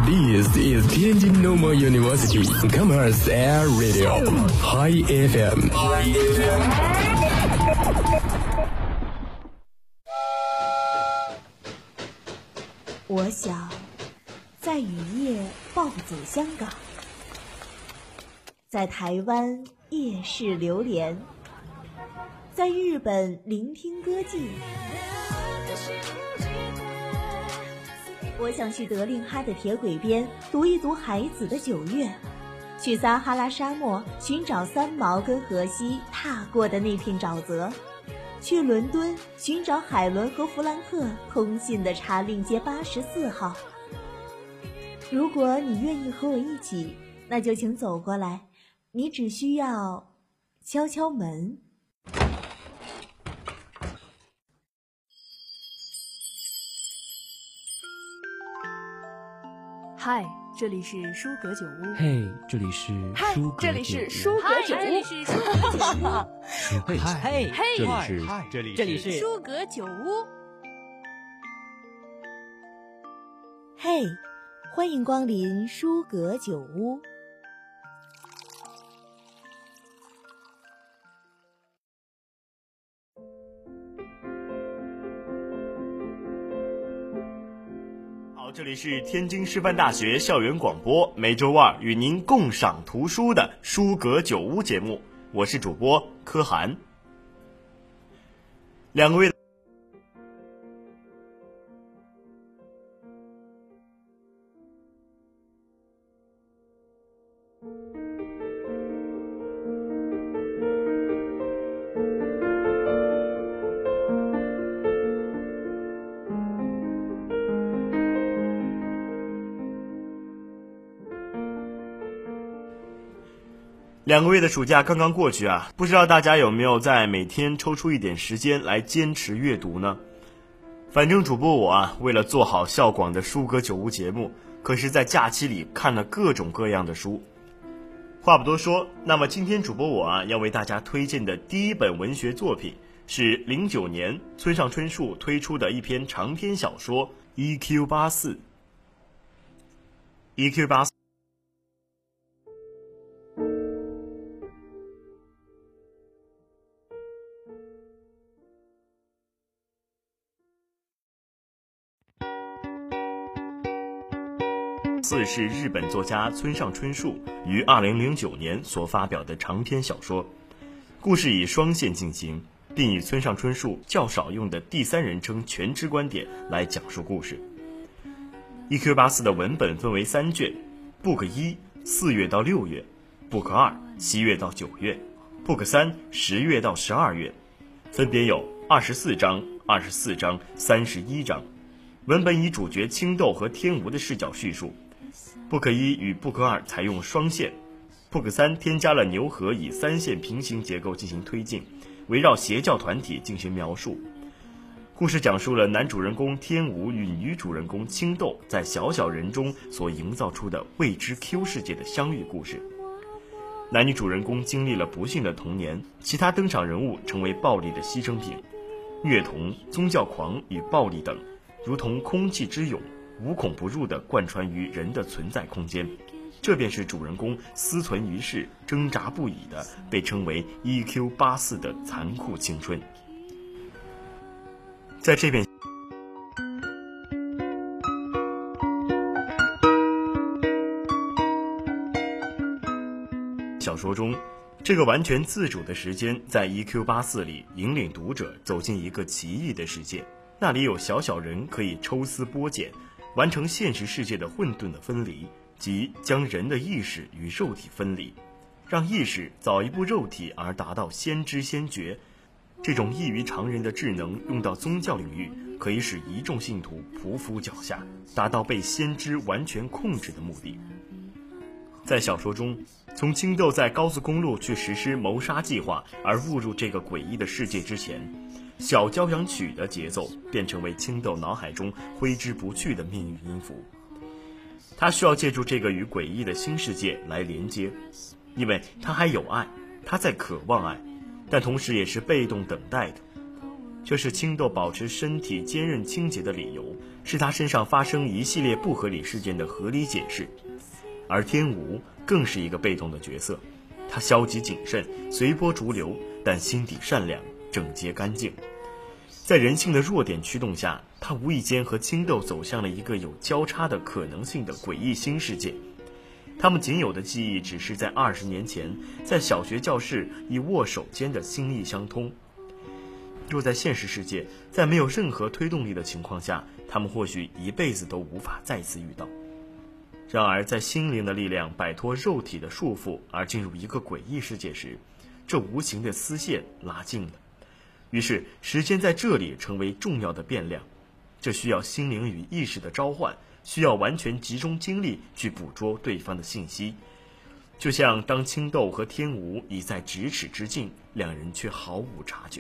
This is Tianjin Normal University Commerce Air Radio High FM。 我想在雨夜暴走香港，在台湾夜市流连，在日本聆听歌妓。我想去德令哈的铁轨边读一读海子的9月，去撒哈拉沙漠寻找三毛跟荷西踏过的那片沼泽，去伦敦寻找海伦和弗兰克通信的查令街84号。如果你愿意和我一起，那就请走过来，你只需要敲敲门。 嗨，这里是舒格酒屋。 嘿，这里是舒格酒屋。 这里是舒格酒屋。 嘿，这里是舒格酒屋。 嘿，欢迎光临舒格酒屋。 这里是天津师范大学校园广播，每周二与您共赏图书的书阁酒屋节目，我是主播柯涵。2个月2个月的暑假刚刚过去啊，不知道大家有没有在每天抽出一点时间来坚持阅读呢？反正主播我啊，为了做好校广的书阁酒屋节目，可是在假期里看了各种各样的书。话不多说，那么今天主播我啊，要为大家推荐的第一本文学作品是09年村上春树推出的一篇长篇小说《EQ84》。EQ84是日本作家村上春树于2009年所发表的长篇小说，故事以双线进行，并以村上春树较少用的第三人称全知观点来讲述故事。EQ84 的文本分为3卷 ，Book 1 4月到6月 ，Book 2 7月到9月 ，Book 3 10月到12月，分别有24章、24章、31章。文本以主角青豆和天吾的视角叙述。Book 1与 Book 2采用双线 ，Book 3添加了牛和以3线平行结构进行推进，围绕邪教团体进行描述。故事讲述了男主人公天吾与女主人公青豆在小小人中所营造出的未知 Q 世界的相遇故事。男女主人公经历了不幸的童年，其他登场人物成为暴力的牺牲品，虐童、宗教狂与暴力等，如同空气之涌，无孔不入地贯穿于人的存在空间，这便是主人公思存于世、挣扎不已的被称为 EQ84 的残酷青春。在这篇小说中，这个完全自主的时间在 EQ84 里引领读者走进一个奇异的世界，那里有小小人可以抽丝剥茧，完成现实世界的混沌的分离，即将人的意识与肉体分离，让意识早一步肉体而达到先知先觉。这种异于常人的智能用到宗教领域，可以使一众信徒匍匐脚下，达到被先知完全控制的目的。在小说中，从青豆在高速公路去实施谋杀计划而误入这个诡异的世界之前，小交响曲的节奏便成为青豆脑海中挥之不去的命运音符。他需要借助这个与诡异的新世界来连接，因为他还有爱，他在渴望爱，但同时也是被动等待的。这是青豆保持身体坚韧清洁的理由， 是他身上发生一系列不合理事件的合理解释，而天吴更是一个被动的角色，他消极谨慎，随波逐流，但心底善良，整洁干净。在人性的弱点驱动下，他无意间和青豆走向了一个有交叉的可能性的诡异新世界。他们仅有的记忆只是在20年前在小学教室以握手间的心意相通。若在现实世界，在没有任何推动力的情况下，他们或许一辈子都无法再次遇到。然而在心灵的力量摆脱肉体的束缚而进入一个诡异世界时，这无形的丝线拉近了，于是时间在这里成为重要的变量。这需要心灵与意识的召唤，需要完全集中精力去捕捉对方的信息。就像当青豆和天吴已在咫尺之境，两人却毫无察觉。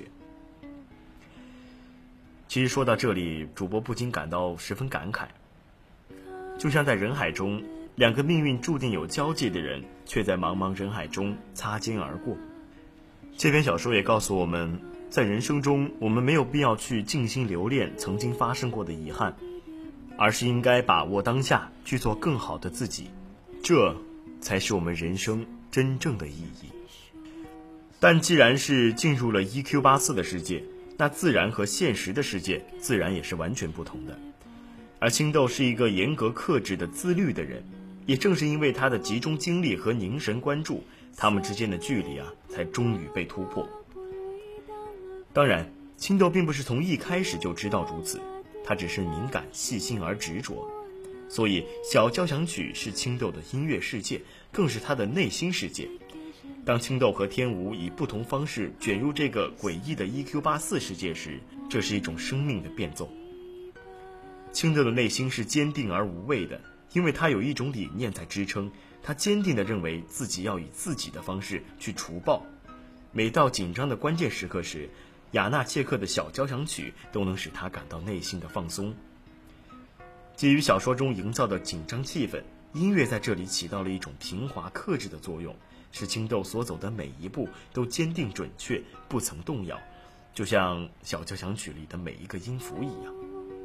其实说到这里，主播不禁感到十分感慨，就像在人海中，两个命运注定有交界的人，却在茫茫人海中擦肩而过。这篇小说也告诉我们，在人生中，我们没有必要去静心留恋曾经发生过的遗憾，而是应该把握当下，去做更好的自己，这才是我们人生真正的意义。但既然是进入了 EQ84 的世界，那自然和现实的世界自然也是完全不同的。而青豆是一个严格克制的自律的人，也正是因为他的集中精力和凝神关注，他们之间的距离才终于被突破。当然，青豆并不是从一开始就知道如此，他只是敏感、细心而执着。所以小交响曲是青豆的音乐世界，更是他的内心世界。当青豆和天吴以不同方式卷入这个诡异的 EQ84 世界时，这是一种生命的变奏。青豆的内心是坚定而无畏的，因为他有一种理念在支撑，他坚定地认为自己要以自己的方式去除暴。每到紧张的关键时刻时，雅纳切克的小交响曲都能使他感到内心的放松。基于小说中营造的紧张气氛，音乐在这里起到了一种平滑克制的作用，使青豆所走的每一步都坚定准确，不曾动摇，就像小交响曲里的每一个音符一样。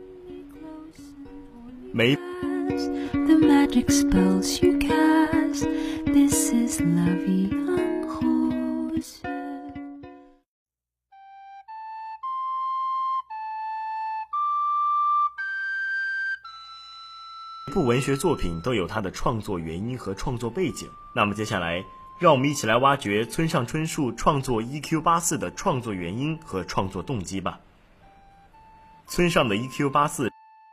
The magic spells you cast, this is la vie en rose. 每部文学作品都有它的创作原因和创作背景，那么接下来让我们一起来挖掘村上春树创作 EQ84 的创作原因和创作动机吧。村上的 EQ84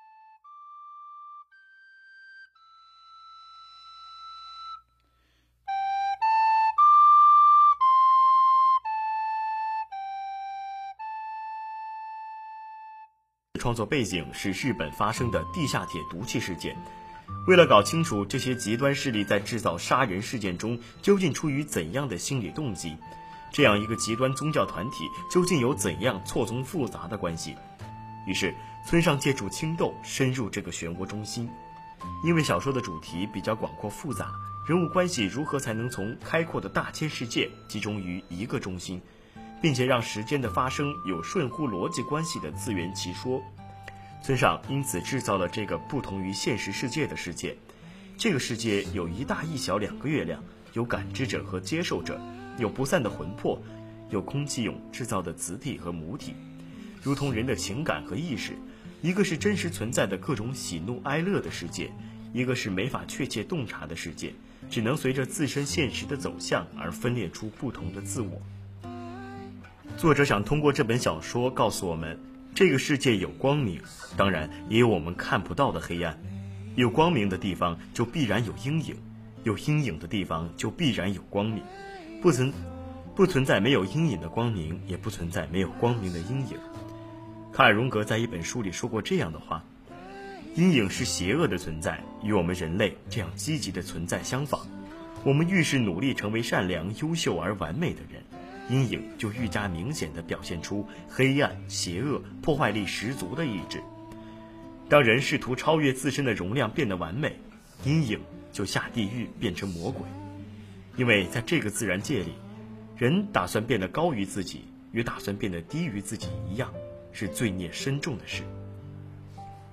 创作背景是日本发生的地下铁毒气事件。为了搞清楚这些极端势力在制造杀人事件中究竟出于怎样的心理动机，这样一个极端宗教团体究竟有怎样错综复杂的关系，于是村上借助青豆深入这个漩涡中心。因为小说的主题比较广阔复杂，人物关系如何才能从开阔的大千世界集中于一个中心，并且让时间的发生有顺乎逻辑关系的自圆其说。村上因此制造了这个不同于现实世界的世界。这个世界有一大一小两个月亮，有感知者和接受者，有不散的魂魄，有空气蛹制造的子体和母体，如同人的情感和意识。一个是真实存在的各种喜怒哀乐的世界，一个是没法确切洞察的世界，只能随着自身现实的走向而分裂出不同的自我。作者想通过这本小说告诉我们，这个世界有光明，当然也有我们看不到的黑暗。有光明的地方就必然有阴影，有阴影的地方就必然有光明。不存在没有阴影的光明，也不存在没有光明的阴影。卡尔荣格在一本书里说过这样的话：阴影是邪恶的存在，与我们人类这样积极的存在相仿。我们愈是努力成为善良、优秀而完美的人，阴影就愈加明显地表现出黑暗、邪恶、破坏力十足的意志。当人试图超越自身的容量变得完美，阴影就下地狱变成魔鬼。因为在这个自然界里，人打算变得高于自己，与打算变得低于自己一样，是罪孽深重的事。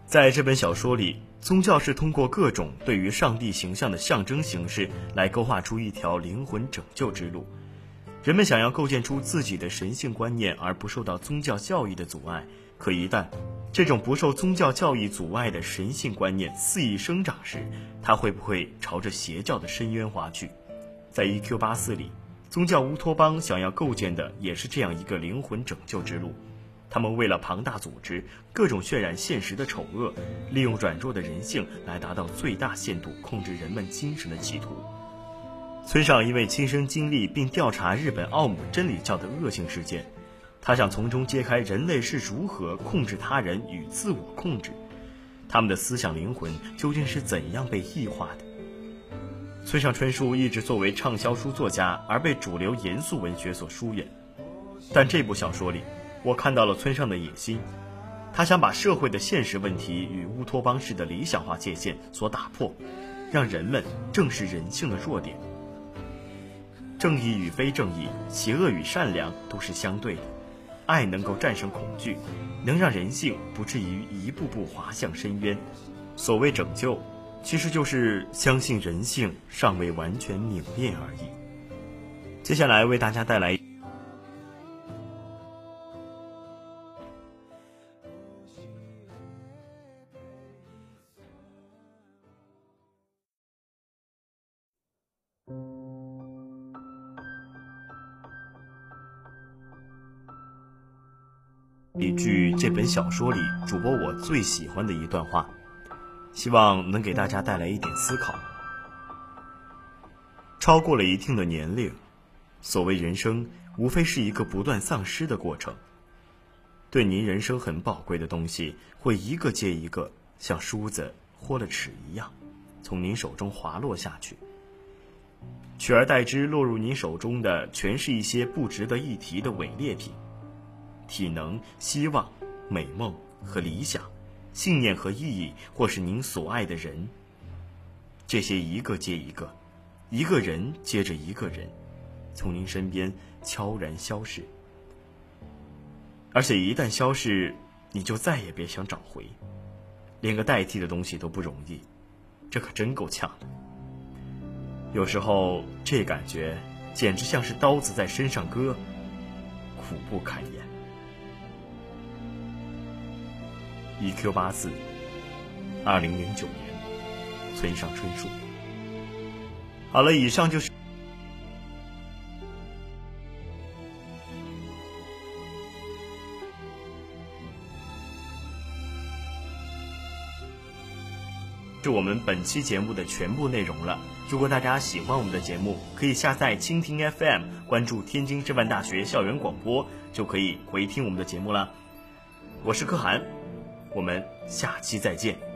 在这本小说里，宗教是通过各种对于上帝形象的象征形式来勾画出一条灵魂拯救之路。人们想要构建出自己的神性观念而不受到宗教教义的阻碍，可一旦这种不受宗教教义阻碍的神性观念肆意生长时，它会不会朝着邪教的深渊滑去？在 EQ84 里，宗教乌托邦想要构建的也是这样一个灵魂拯救之路。他们为了庞大组织，各种渲染现实的丑恶，利用软弱的人性来达到最大限度控制人们精神的企图。村上因为亲身经历并调查日本奥姆真理教的恶性事件，他想从中揭开人类是如何控制他人与自我控制，他们的思想灵魂究竟是怎样被异化的。村上春树一直作为畅销书作家而被主流严肃文学所疏远，但这部小说里，我看到了村上的野心，他想把社会的现实问题与乌托邦式的理想化界限所打破，让人们正视人性的弱点。正义与非正义，邪恶与善良都是相对的，爱能够战胜恐惧，能让人性不至于一步步滑向深渊。所谓拯救，其实就是相信人性尚未完全泯灭而已。接下来为大家带来一句这本小说里主播我最喜欢的一段话，希望能给大家带来一点思考。超过了一定的年龄，所谓人生无非是一个不断丧失的过程。对您人生很宝贵的东西，会一个接一个像梳子豁了齿一样从您手中滑落下去，取而代之落入您手中的全是一些不值得一提的伪劣品，体能、希望、美梦和理想，信念和意义，或是您所爱的人，这些一个接一个，一个人接着一个人，从您身边悄然消逝。而且一旦消逝，你就再也别想找回，连个代替的东西都不容易，这可真够呛的。有时候这感觉简直像是刀子在身上割，苦不堪言。EQ84 2009年，村上春树。好了，以上就是我们本期节目的全部内容了。如果大家喜欢我们的节目，可以下载蜻蜓 FM， 关注天津师范大学校园广播，就可以回听我们的节目了。我是柯涵，我们下期再见。